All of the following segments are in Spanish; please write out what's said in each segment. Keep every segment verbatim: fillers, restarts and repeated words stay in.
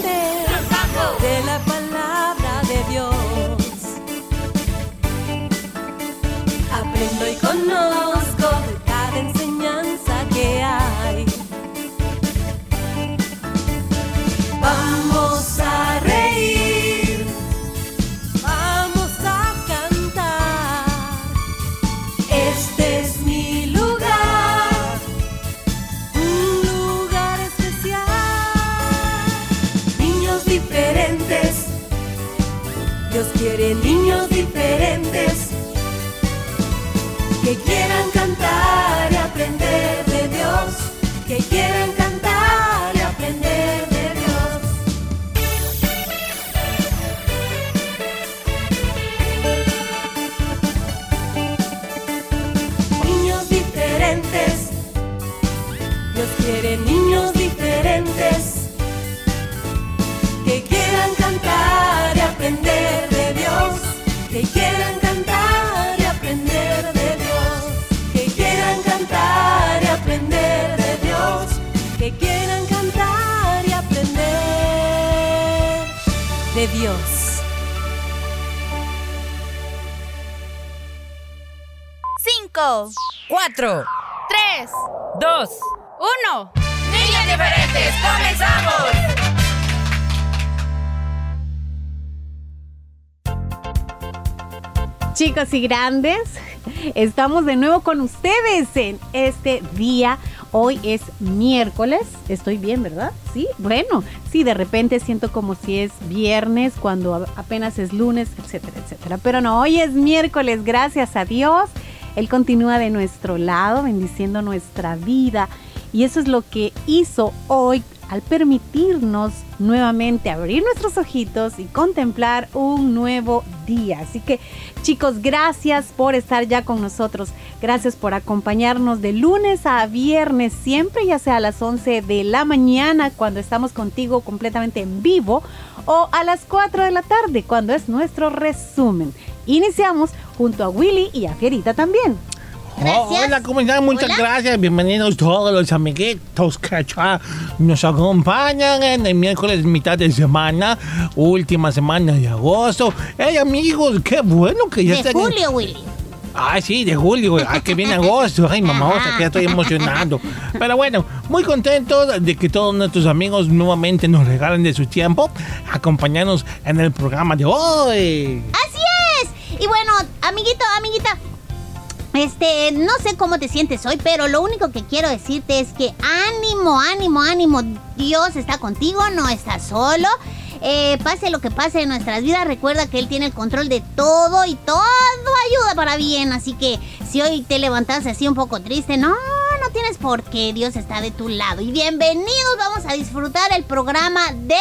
aprender de la palabra de Dios. Aprendo y conozco de cada enseñanza que hay. Vamos a reír, vamos a cantar. Este es mi lugar, un lugar especial. Niños diferentes, Dios quiere niños diferentes que quieran cantar y aprender de Dios, que quieran cantar y aprender de Dios. Niños diferentes, Dios quiere niños diferentes que quieran cantar y aprender de Dios, que quieran cantar y aprender de Dios. Cantar y aprender de Dios, que quieran cantar y aprender de Dios. Cinco, cuatro, tres, dos, uno. ¡Niños diferentes! ¡Comenzamos! Chicos y grandes, estamos de nuevo con ustedes en este día. Hoy es miércoles, estoy bien, ¿verdad? Sí, bueno, sí, de repente siento como si es viernes cuando apenas es lunes, etcétera, etcétera. Pero no, hoy es miércoles, gracias a Dios. Él continúa de nuestro lado, bendiciendo nuestra vida. Y eso es lo que hizo hoy al permitirnos nuevamente abrir nuestros ojitos y contemplar un nuevo día. Así que, chicos, gracias por estar ya con nosotros. Gracias por acompañarnos de lunes a viernes, siempre, ya sea a las once de la mañana, cuando estamos contigo completamente en vivo, o a las cuatro de la tarde, cuando es nuestro resumen. Iniciamos junto a Willy y a Fierita también. Oh, hola, ¿cómo están? Muchas hola. gracias. Bienvenidos todos los amiguitos que nos acompañan en el miércoles, mitad de semana, última semana de agosto. Hey, amigos, qué bueno que ya de están. De julio, en... Willy. Ay, sí, de julio. Ay, que viene agosto. Ay, mamosa, que ya estoy emocionando. Pero bueno, muy contento de que todos nuestros amigos nuevamente nos regalen de su tiempo acompañarnos en el programa de hoy. Así es. Y bueno, amiguito, amiguita, Este, no sé cómo te sientes hoy, pero lo único que quiero decirte es que ánimo, ánimo, ánimo. Dios está contigo, no estás solo. Eh, pase lo que pase en nuestras vidas, recuerda que Él tiene el control de todo y todo ayuda para bien. Así que si hoy te levantas así un poco triste, no, no tienes por qué. Dios está de tu lado. Y bienvenidos, vamos a disfrutar el programa de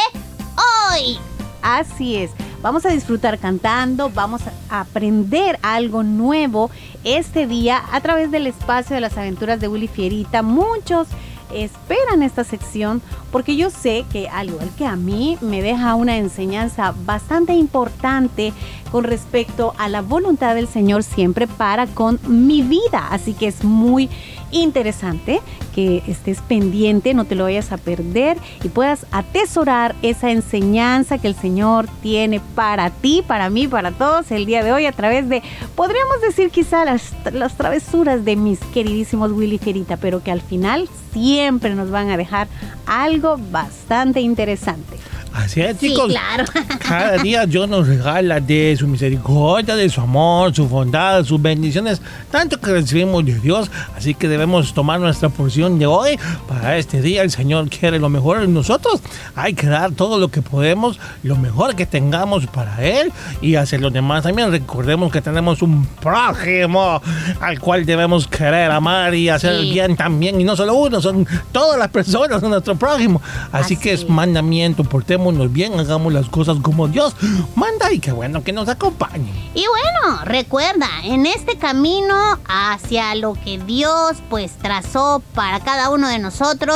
hoy. Así es. Vamos a disfrutar cantando, vamos a aprender algo nuevo este día a través del espacio de las aventuras de Willy Fierita. Muchos esperan esta sección porque yo sé que, al igual que a mí, me deja una enseñanza bastante importante con respecto a la voluntad del Señor siempre para con mi vida. Así que es muy interesante que estés pendiente, no te lo vayas a perder y puedas atesorar esa enseñanza que el Señor tiene para ti, para mí, para todos el día de hoy a través de, podríamos decir quizá las, las travesuras de mis queridísimos Willy Fierita, pero que al final siempre nos van a dejar algo bastante interesante. Así es, chicos. Sí, claro. Cada día Dios nos regala de su misericordia, de su amor, su bondad, sus bendiciones, tanto que recibimos de Dios. Así que debemos tomar nuestra porción de hoy. Para este día el Señor quiere lo mejor en nosotros. Hay que dar todo lo que podemos, lo mejor que tengamos para Él y hacer los demás también. Recordemos que tenemos un prójimo al cual debemos querer, amar y hacer sí. el bien también. Y no solo uno, son todas las personas de nuestro prójimo. Así, Así que es mandamiento, portemos bien, hagamos las cosas como Dios manda y qué bueno que nos acompañe. Y bueno, recuerda, en este camino hacia lo que Dios pues trazó para cada uno de nosotros,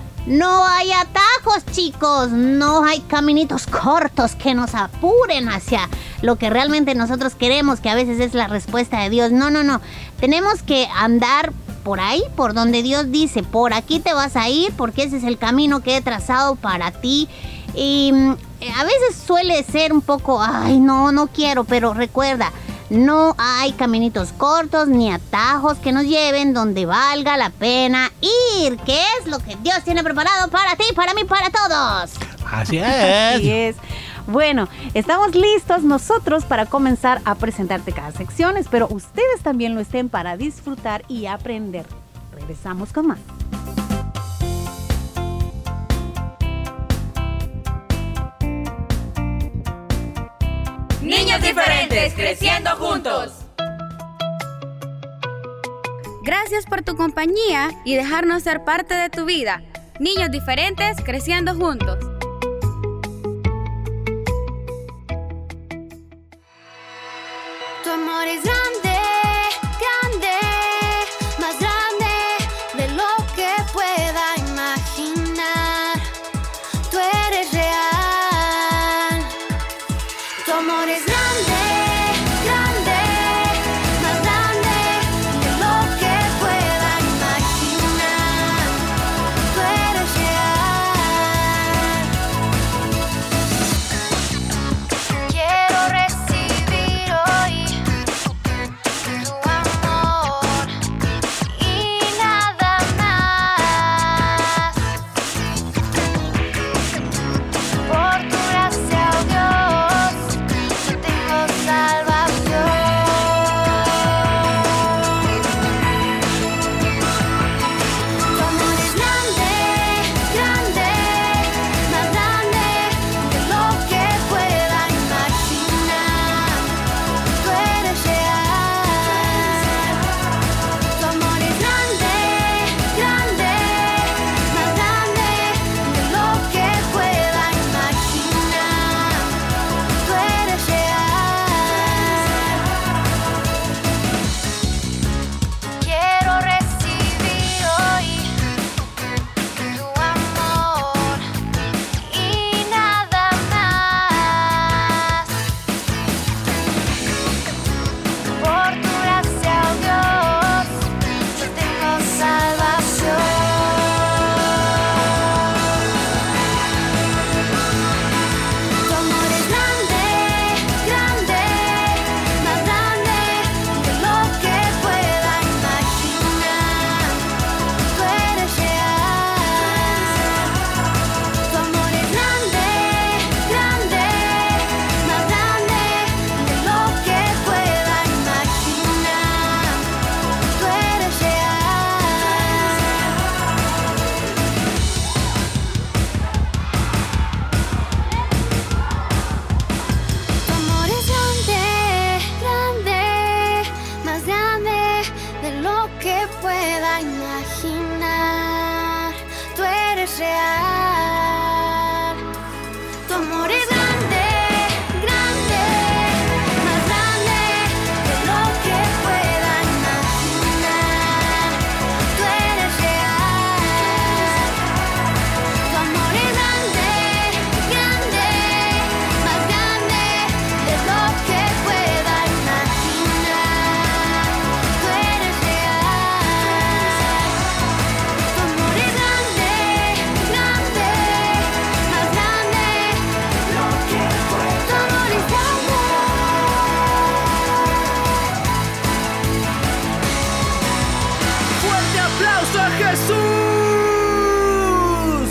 no hay atajos, chicos, no hay caminitos cortos que nos apuren hacia lo que realmente nosotros queremos, que a veces es la respuesta de Dios. No, no, no, tenemos que andar por ahí, por donde Dios dice, por aquí te vas a ir, porque ese es el camino que he trazado para ti. Y mm, a veces suele ser un poco, ay, no, no quiero, pero recuerda, no hay caminitos cortos ni atajos que nos lleven donde valga la pena ir, que es lo que Dios tiene preparado para ti, para mí, para todos. Así es. Así es. Bueno, estamos listos nosotros para comenzar a presentarte cada sección. Espero ustedes también lo estén para disfrutar y aprender. Regresamos con más. Niños diferentes, creciendo juntos. Gracias por tu compañía y dejarnos ser parte de tu vida. Niños diferentes, creciendo juntos. Tu amor es grande, grande, más grande de lo que pueda imaginar. Tú eres real. Tu amor es grande, grande, más grande de lo que pueda imaginar. Tú eres real. Quiero recibir hoy tu amor y nada más. Por tu gracia, oh Dios, yo tengo salvación. Tu amor es grande, grande, más grande de lo que pueda imaginar. Tú eres real. Tu amor es grande, grande, más grande de lo que pueda imaginar. Tú eres real. Quiero recibir hoy tu amor y nada más. Por tu gracia, oh Dios, yo tengo salvación. Tu amor es grande, grande, más grande de lo que pueda imaginar. Tú eres real. Tu amor es grande, grande, más grande de lo que pueda imaginar. Tú eres real. Tu amor es grande, grande, más grande de lo que pueda imaginar. Tú eres real. Tu amor es grande, grande, más grande de lo que pueda imaginar. Tú eres real. Tu amor es grande, grande, más grande de lo que pueda imaginar. Tú eres real. Tu amor es grande, grande, más grande de lo que pueda. Tu amor es grande. Fuerte aplauso a Jesús.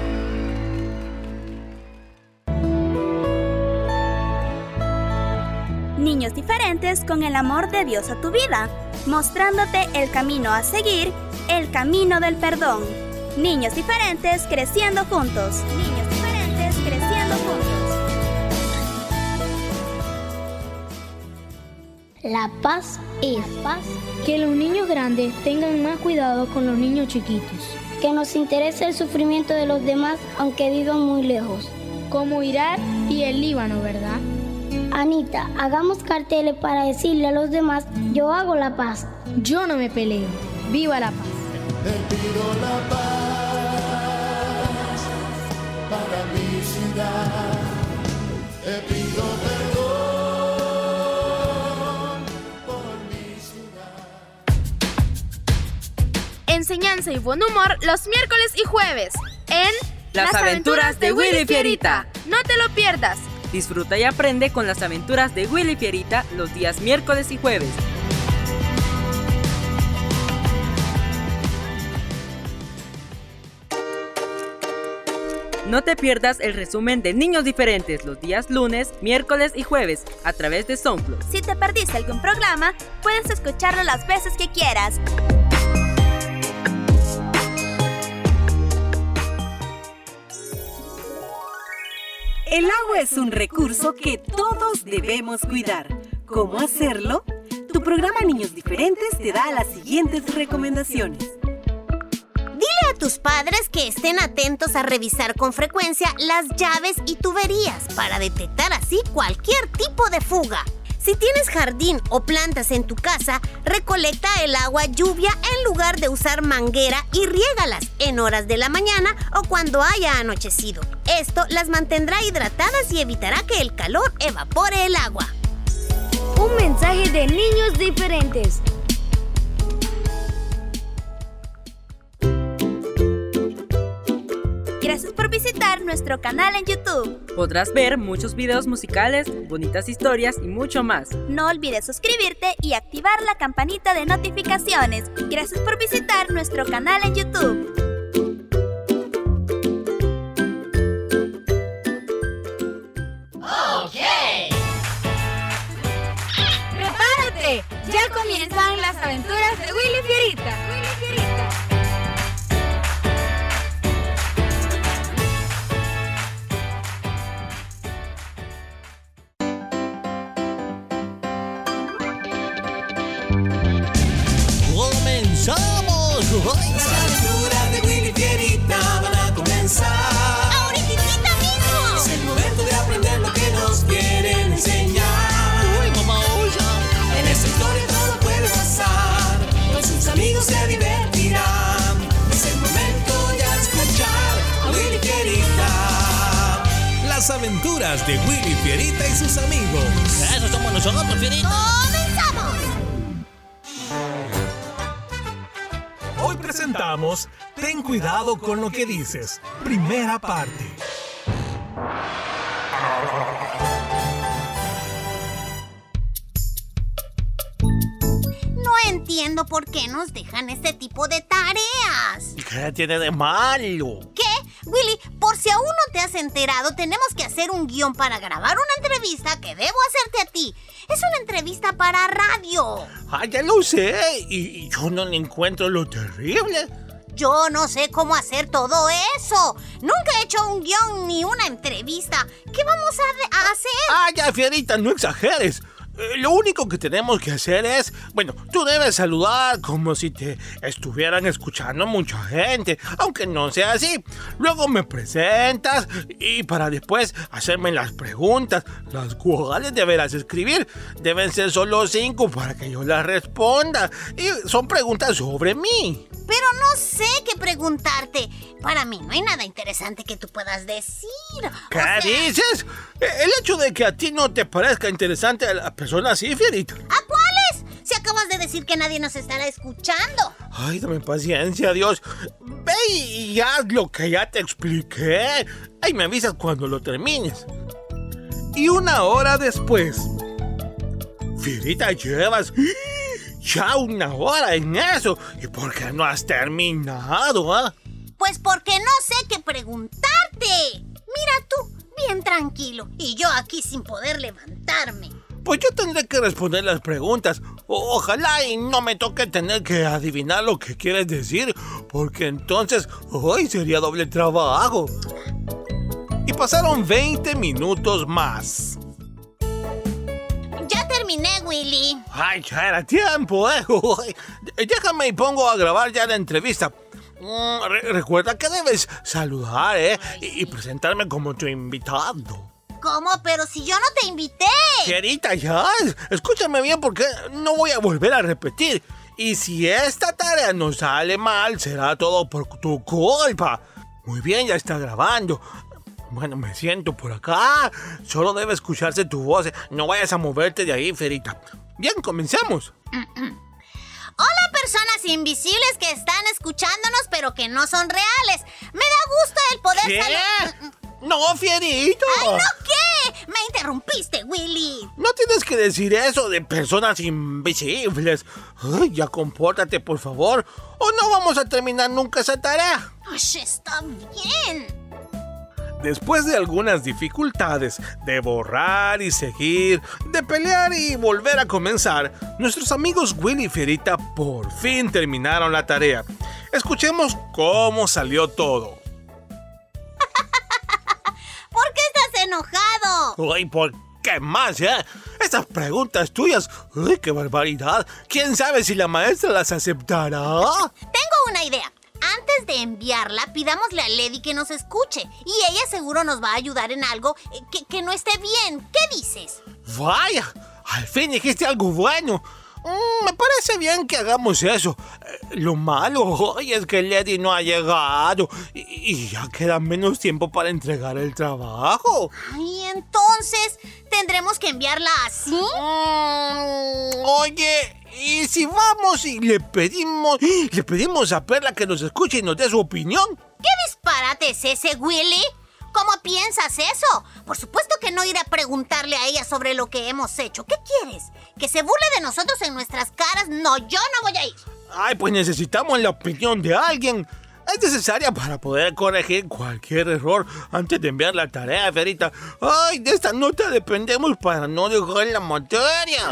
Niños diferentes con el amor de Dios a tu vida, mostrándote el camino a seguir, el camino del perdón. Niños diferentes creciendo juntos. Niños diferentes creciendo juntos. La paz es que los niños grandes tengan más cuidado con los niños chiquitos. Que nos interese el sufrimiento de los demás aunque vivan muy lejos. Como Irak y el Líbano, ¿verdad? Anita, hagamos carteles para decirle a los demás, yo hago la paz. Yo no me peleo. ¡Viva la paz! Te pido la paz para mi ciudad. Te pido perdón por mi ciudad. Enseñanza y buen humor los miércoles y jueves en Las aventuras de Willy Fierita. No te lo pierdas. Disfruta y aprende con las aventuras de Willy Fierita los días miércoles y jueves. No te pierdas el resumen de Niños Diferentes los días lunes, miércoles y jueves a través de SoundCloud. Si te perdiste algún programa, puedes escucharlo las veces que quieras. El agua es un recurso que todos debemos cuidar. ¿Cómo hacerlo? Tu programa Niños Diferentes te da las siguientes recomendaciones. Dile a tus padres que estén atentos a revisar con frecuencia las llaves y tuberías para detectar así cualquier tipo de fuga. Si tienes jardín o plantas en tu casa, recolecta el agua lluvia en lugar de usar manguera y riégalas en horas de la mañana o cuando haya anochecido. Esto las mantendrá hidratadas y evitará que el calor evapore el agua. Un mensaje de Niños Diferentes. Gracias por visitar nuestro canal en YouTube. Podrás ver muchos videos musicales, bonitas historias y mucho más. No olvides suscribirte y activar la campanita de notificaciones. Gracias por visitar nuestro canal en YouTube. ¡Prepárate! Ya comienzan las aventuras de Willy Fierita. Willy Fierita. ¡Comenzamos! Las aventuras de Willy Fierita van a comenzar. ¡Ahorita mismo! Es el momento de aprender lo que nos quieren enseñar. ¡Uy, mamá, oye! En esta historia todo puede pasar. Con sus amigos se divertirán. Es el momento ya de escuchar a Willy Fierita. Las aventuras de Willy Fierita y sus amigos. ¡Eso somos nosotros, Fierita! ¡Comenzamos! Hoy presentamos Ten cuidado con lo que dices. Primera parte. No entiendo por qué nos dejan este tipo de tareas. ¿Qué tiene de malo? ¿Qué? Willy, por si aún no te has enterado, tenemos que hacer un guión para grabar una entrevista que debo hacerte a ti. Es una entrevista para radio. Ah, ya lo sé. Y, y yo no le encuentro lo terrible. Yo no sé cómo hacer todo eso. Nunca he hecho un guión ni una entrevista. ¿Qué vamos a, de- a hacer? Ah, ya, Fierita, no exageres. Eh, lo único que tenemos que hacer es... Bueno, tú debes saludar como si te estuvieran escuchando mucha gente, aunque no sea así. Luego me presentas y para después hacerme las preguntas, las cuales deberás escribir. Deben ser solo cinco para que yo las responda. Y son preguntas sobre mí. Pero no sé qué preguntarte. Para mí no hay nada interesante que tú puedas decir. ¿Qué O sea, dices? El hecho de que a ti no te parezca interesante a la persona así, Fierita. ¿A cuáles? Si acabas de decir que nadie nos estará escuchando. Ay, dame paciencia, Dios. Ve y haz lo que ya te expliqué. Ay, me avisas cuando lo termines. Y una hora después. Fierita, llevas ya una hora en eso. ¿Y por qué no has terminado, ah? Pues porque no sé qué preguntarte. Mira tú, bien tranquilo. Y yo aquí sin poder levantarme. Pues yo tendré que responder las preguntas. O- ojalá y no me toque tener que adivinar lo que quieres decir, porque entonces hoy sería doble trabajo. Y pasaron veinte minutos más. Ya terminé, Willy. Ay, ya era tiempo, ¿eh? Uy, déjame y pongo a grabar ya la entrevista. Mm, re- recuerda que debes saludar, ¿eh? Y, y presentarme como tu invitado. ¿Cómo? Pero si yo no te invité. Fierita, ya, escúchame bien porque no voy a volver a repetir. Y si esta tarea nos sale mal, será todo por tu culpa. Muy bien, ya está grabando. Bueno, me siento por acá. Solo debe escucharse tu voz. No vayas a moverte de ahí, Fierita. Bien, comencemos. Hola, personas invisibles que están escuchándonos, pero que no son reales. Me da gusto el poder ¿Qué? saludar. No, Fierito. ¡Ay, no qué! Me interrumpiste, Willy. No tienes que decir eso de personas invisibles. Ay, ya compórtate, por favor, o no vamos a terminar nunca esa tarea. Ush, está bien. Después de algunas dificultades, de borrar y seguir, de pelear y volver a comenzar, nuestros amigos Willy y Fierita por fin terminaron la tarea. Escuchemos cómo salió todo. ¿Por qué estás enojado? Ay, ¿por qué más, eh? Estas preguntas tuyas, ay, qué barbaridad. ¿Quién sabe si la maestra las aceptará? Tengo una idea. Antes de enviarla, pidámosle a Lady que nos escuche. Y ella seguro nos va a ayudar en algo eh, que, que no esté bien. ¿Qué dices? Vaya, al fin dijiste algo bueno. Mm, me parece bien que hagamos eso. Eh, lo malo ay, es que Lady no ha llegado y, y ya queda menos tiempo para entregar el trabajo. Y entonces, ¿tendremos que enviarla así? Mm, oye, ¿y si vamos y le pedimos, le pedimos a Perla que nos escuche y nos dé su opinión? ¿Qué disparate es ese, Willy? ¿Cómo piensas eso? Por supuesto que no iré a preguntarle a ella sobre lo que hemos hecho. ¿Qué quieres? ¿Que se burle de nosotros en nuestras caras? No, yo no voy a ir. Ay, pues necesitamos la opinión de alguien. Es necesaria para poder corregir cualquier error antes de enviar la tarea, Fierita. Ay, de esta nota dependemos para no dejar la materia.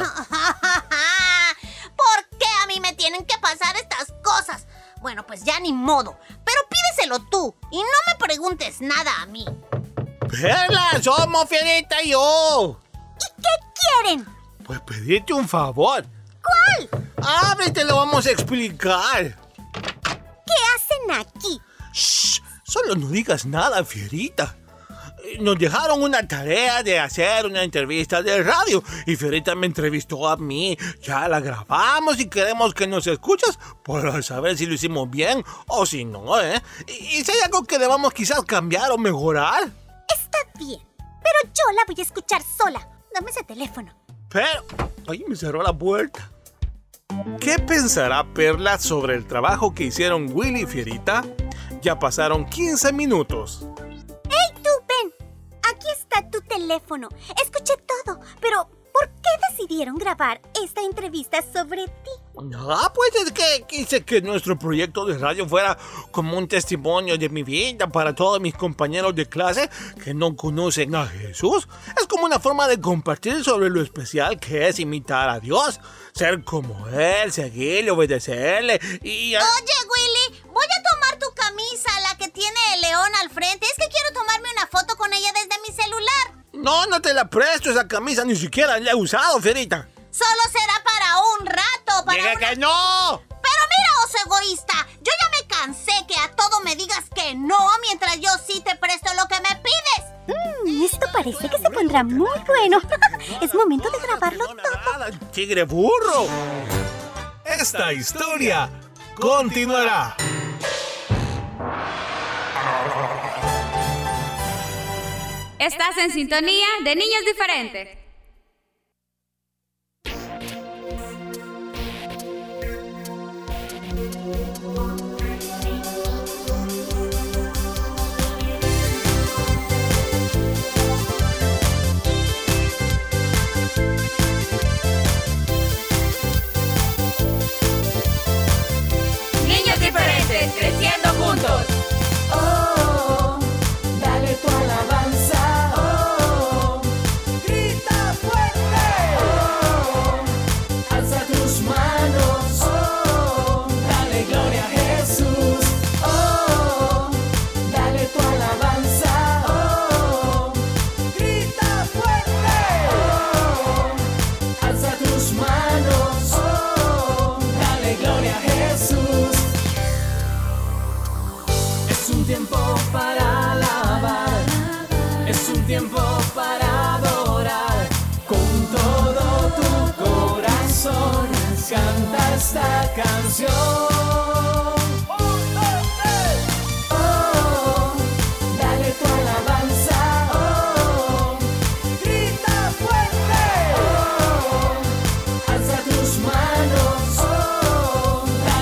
¿Por qué a mí me tienen que pasar estas cosas? Bueno, pues ya ni modo. Pero pídeselo tú y no me preguntes nada a mí. Perla, somos Fierita y yo. ¿Y qué quieren? Pues pedirte un favor. ¿Cuál? Abre y te lo vamos a explicar. ¿Qué hacen aquí? Shh, solo no digas nada, Fierita. Nos dejaron una tarea de hacer una entrevista de radio y Fierita me entrevistó a mí. Ya la grabamos y queremos que nos escuches para saber si lo hicimos bien o si no, ¿eh? Y, y si hay algo que debamos quizás cambiar o mejorar. Está bien, pero yo la voy a escuchar sola. Dame ese teléfono. Pero... ay, me cerró la puerta. ¿Qué pensará Perla sobre el trabajo que hicieron Willy y Fierita? Ya pasaron quince minutos. ¡Hey, tú, ven! Aquí está tu teléfono. Escuché todo, pero ¿por qué decidieron grabar esta entrevista sobre ti? Ah, pues es que quise que nuestro proyecto de radio fuera como un testimonio de mi vida para todos mis compañeros de clase que no conocen a Jesús. Es como una forma de compartir sobre lo especial que es imitar a Dios, ser como Él, seguirle, obedecerle y... Oye, Willy, voy a tomar tu camisa, la que tiene el león al frente. Es que quiero tomarme una foto con ella desde mi celular. No, no te la presto, esa camisa ni siquiera la he usado, Fierita. Solo será para un rato, para ¡Diga una... que no! Pero mira, oso egoísta, yo ya me cansé que a todo me digas que no, mientras yo sí te presto lo que me pides. Mm, esto parece que se pondrá muy bueno. Es momento de grabarlo todo. ¡Tigre burro! Esta historia continuará. Estás en sintonía de Niños Diferentes. Niños Diferentes, creciendo juntos. Oh, dale tu alabanza. Oh, grita fuerte. Oh, alza tus manos. Oh, dale gloria a Jesús. Oh, dale tu alabanza. Oh, grita fuerte. Oh, alza tus manos. Oh, dale gloria a Jesús. Es un tiempo para alabar, es un tiempo para adorar, con todo tu corazón, canta esta canción. Un, dos, tres. Oh, dale tu alabanza, oh, grita fuerte, oh, alza tus manos, oh,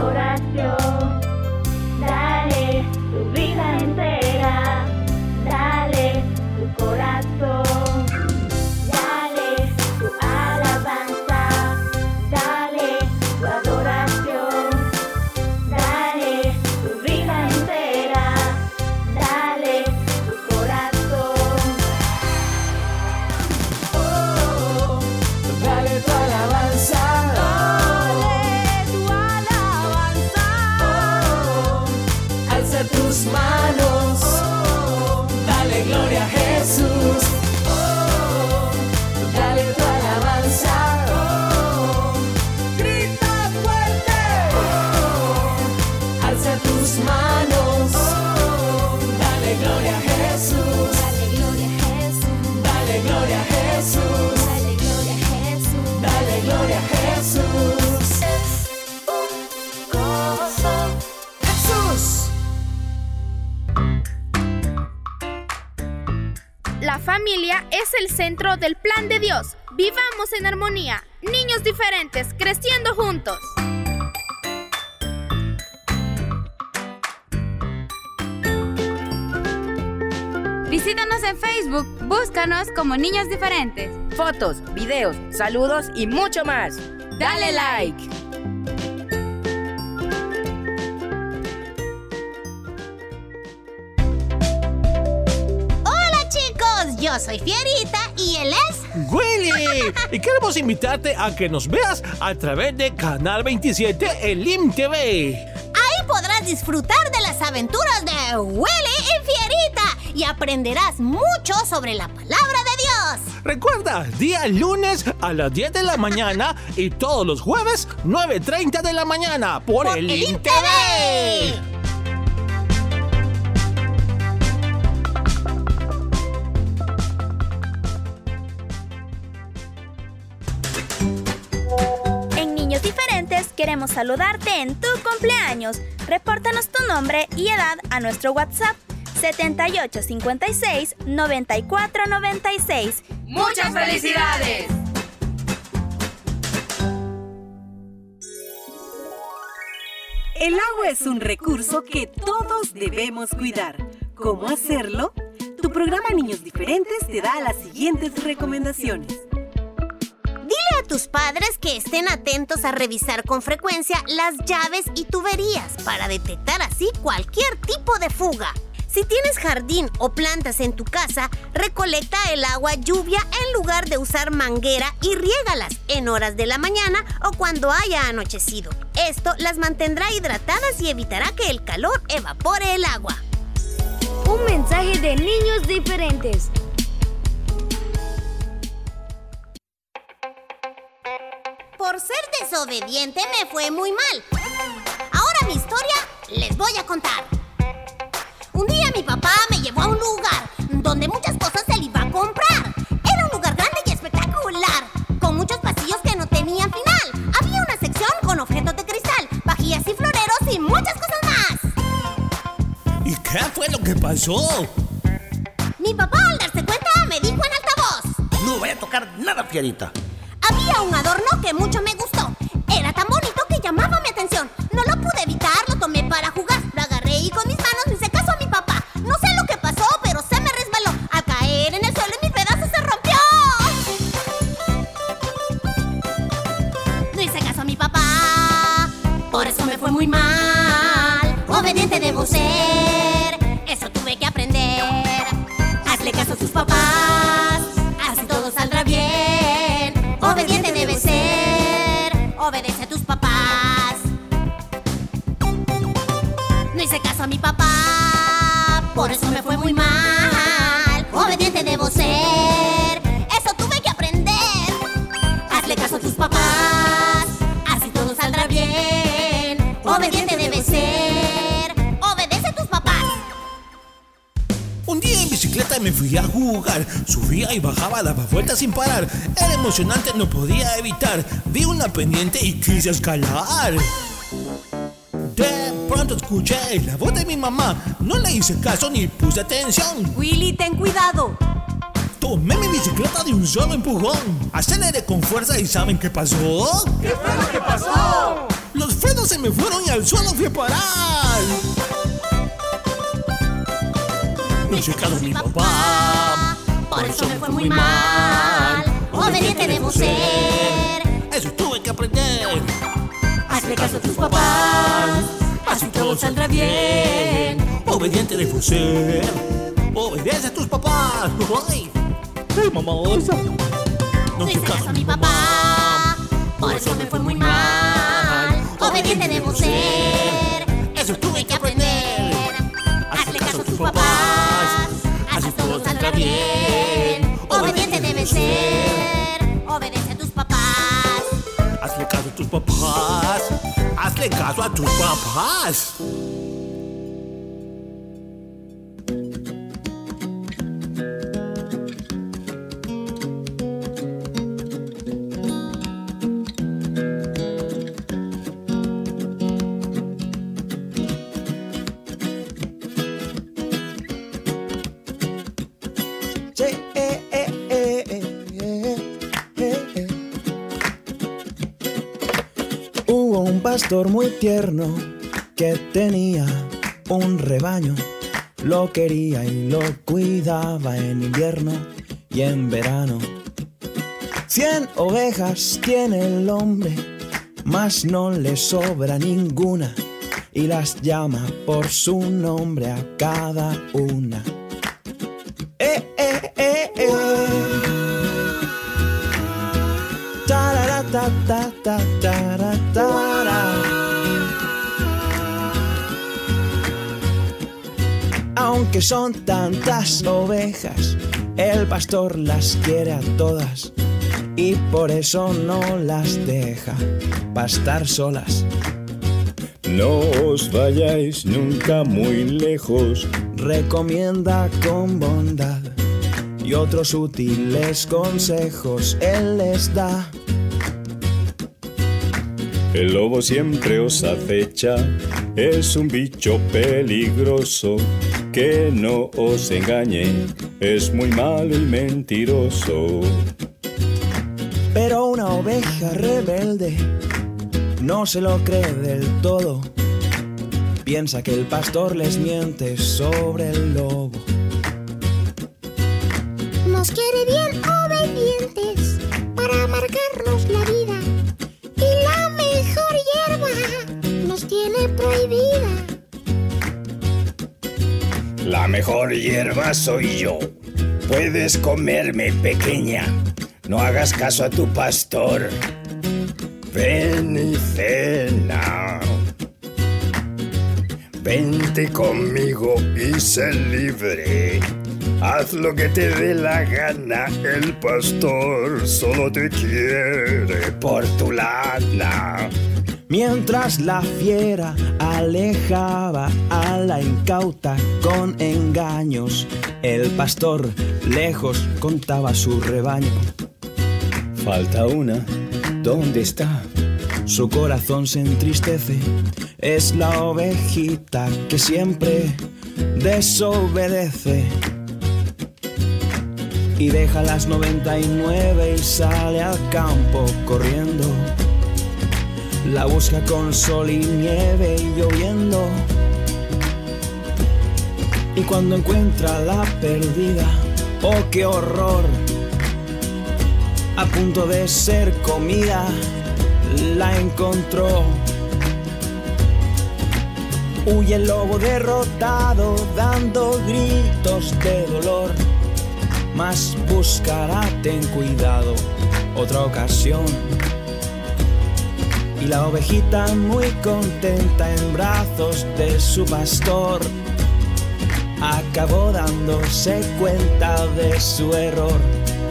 adoración. Dale tu vida entera, dale tu corazón, dale tu alabanza, dale tu adoración, dale tu vida entera, dale tu corazón. Oh, dale tu alabanza. Alza tus manos, oh, dale gloria a Jesús, oh, dale tu alabanza, oh, grita fuerte, oh, alza tus manos, oh, dale gloria a Jesús, dale gloria a Jesús, dale gloria a Jesús, dale gloria a Jesús, dale gloria a Jesús. Es un gozo. Jesús. La familia es el centro del plan de Dios. Vivamos en armonía. Niños diferentes, creciendo juntos. Visítanos en Facebook. Búscanos como Niños Diferentes. Fotos, videos, saludos y mucho más. Dale like. Yo soy Fierita y él es... ¡Willy! Y queremos invitarte a que nos veas a través de Canal veintisiete en L I M T V. Ahí podrás disfrutar de las aventuras de Willy y Fierita y aprenderás mucho sobre la palabra de Dios. Recuerda, día lunes a las diez de la mañana y todos los jueves nueve treinta de la mañana por, por el L I M T V. Queremos saludarte en tu cumpleaños. Repórtanos tu nombre y edad a nuestro WhatsApp setenta y ocho cincuenta y seis noventa y cuatro noventa y seis. ¡Muchas felicidades! El agua es un recurso que todos debemos cuidar. ¿Cómo hacerlo? Tu programa Niños Diferentes te da las siguientes recomendaciones. Dile a tus padres que estén atentos a revisar con frecuencia las llaves y tuberías para detectar así cualquier tipo de fuga. Si tienes jardín o plantas en tu casa, recolecta el agua lluvia en lugar de usar manguera y riégalas en horas de la mañana o cuando haya anochecido. Esto las mantendrá hidratadas y evitará que el calor evapore el agua. Un mensaje de Niños Diferentes. Por ser desobediente me fue muy mal. Ahora mi historia les voy a contar. Un día mi papá me llevó a un lugar donde muchas cosas él iba a comprar. Era un lugar grande y espectacular, con muchos pasillos que no tenían final. Había una sección con objetos de cristal, vajillas y floreros y muchas cosas más. ¿Y qué fue lo que pasó? Mi papá, al darse cuenta, me dijo en altavoz: no voy a tocar nada, Fierita. Había un adorno que mucho me gustó. Era tan bonito que llamaba mi atención. No lo pude evitar, lo tomé para jugar. Lo agarré y con mis manos le hice caso a mi papá. No sé lo que pasó, pero se me resbaló. Al caer en el suelo y mi pedazo se rompió. No hice caso a mi papá, por eso me fue muy mal. Obediente debo ser, eso tuve que aprender. Hazle caso a tus papás, así todo saldrá bien. Obediente debe ser, obedece a tus papás. No hice caso a mi papá, por eso me fue muy mal. Obediente debo ser, eso tuve que aprender. Hazle caso a tus papás, así todo saldrá bien. Obediente debe ser, obedece a tus papás. Un día en bicicleta me fui a jugar. Subía y bajaba, daba vueltas sin parar. Era emocionante, no podía evitar. Vi una pendiente y quise escalar. De pronto escuché la voz de mi mamá. No le hice caso ni puse atención. Willy, ten cuidado. Tomé mi bicicleta de un solo empujón. Aceleré con fuerza y ¿saben qué pasó? ¿Qué fue lo que pasó? Los frenos se me fueron y al suelo fui a parar. No hice caso a mi papá, por eso me fue muy mal. Obediente debo ser. Eso tuve que aprender. Hazle caso a tus papás, así todo saldrá bien. Obediente debo ser. Obedece a tus papás. Ay, ay mamá. No hice caso a mi papá, por eso me fue muy mal. Obediente debo ser. Eso tuve que aprender. Hazle caso a tus papás, así todo saldrá bien. Obediente debes ser. Obedece a tus papás. Hazle caso a tus papás. Hazle caso a tus papás. Hubo un pastor muy tierno que tenía un rebaño. Lo quería y lo cuidaba en invierno y en verano. Cien ovejas tiene el hombre, mas no le sobra ninguna, y las llama por su nombre a cada una. Eh, eh, eh, eh. Ta, ta, ta, ta, ta. Aunque son tantas ovejas, el pastor las quiere a todas y por eso no las deja pastar solas. No os vayáis nunca muy lejos, recomienda con bondad, y otros útiles consejos él les da. El lobo siempre os acecha, es un bicho peligroso, que no os engañe, es muy malo y mentiroso. Pero una oveja rebelde no se lo cree del todo, piensa que el pastor les miente sobre el lobo. Nos quiere bien obedientes para amargarnos la vida, y la mejor hierba nos tiene prohibida. La mejor hierba soy yo, puedes comerme, pequeña, no hagas caso a tu pastor. Ven y cena, vente conmigo y sé libre. Haz lo que te dé la gana, el pastor solo te quiere por tu lana. Mientras la fiera alejaba a la incauta con engaños, el pastor lejos contaba su rebaño. Falta una, ¿dónde está? Su corazón se entristece, es la ovejita que siempre desobedece. Y deja las noventa y nueve y sale al campo corriendo. La busca con sol y nieve y lloviendo. Y cuando encuentra la perdida, ¡oh qué horror! A punto de ser comida, la encontró. Huye el lobo derrotado, dando gritos de dolor. Mas buscará, ten cuidado, otra ocasión. Y la ovejita muy contenta en brazos de su pastor acabó dándose cuenta de su error.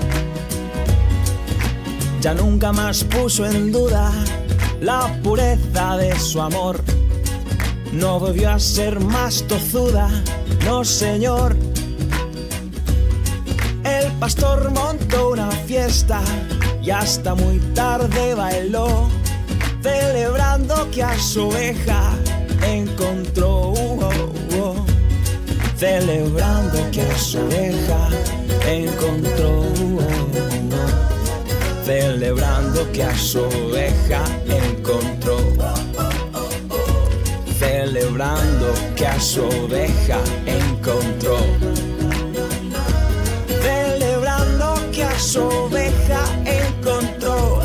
Ya nunca más puso en duda la pureza de su amor. No volvió a ser más tozuda, no señor. El pastor montó una fiesta y hasta muy tarde bailó, celebrando que a su oveja encontró. Oh, oh. Celebrando que a su oveja encontró. Oh, oh. Celebrando que a su oveja encontró. celebrando que a su oveja encontró. Celebrando que a su oveja encontró.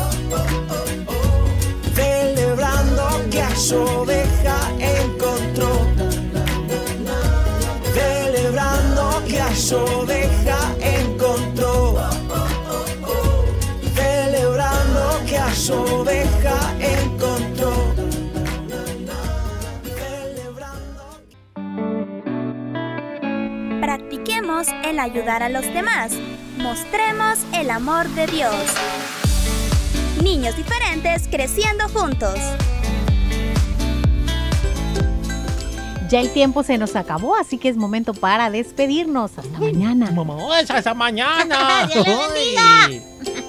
Celebrando que a su oveja encontró. Celebrando que a su oveja encontró. Celebrando que a su oveja encontró. Practiquemos el ayudar a los demás. Mostremos el amor de Dios. Niños diferentes creciendo juntos. Ya el tiempo se nos acabó, así que es momento para despedirnos. Hasta mañana. Vamos, hasta mañana. ¡Dios le bendiga!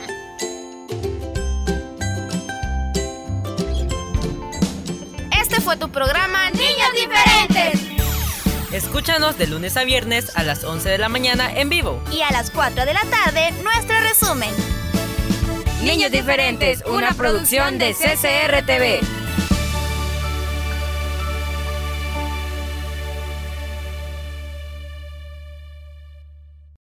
Este fue tu programa Niños Diferentes. Escúchanos de lunes a viernes a las once de la mañana en vivo. Y a las cuatro de la tarde, nuestro resumen. Niños Diferentes, una producción de C C R T V.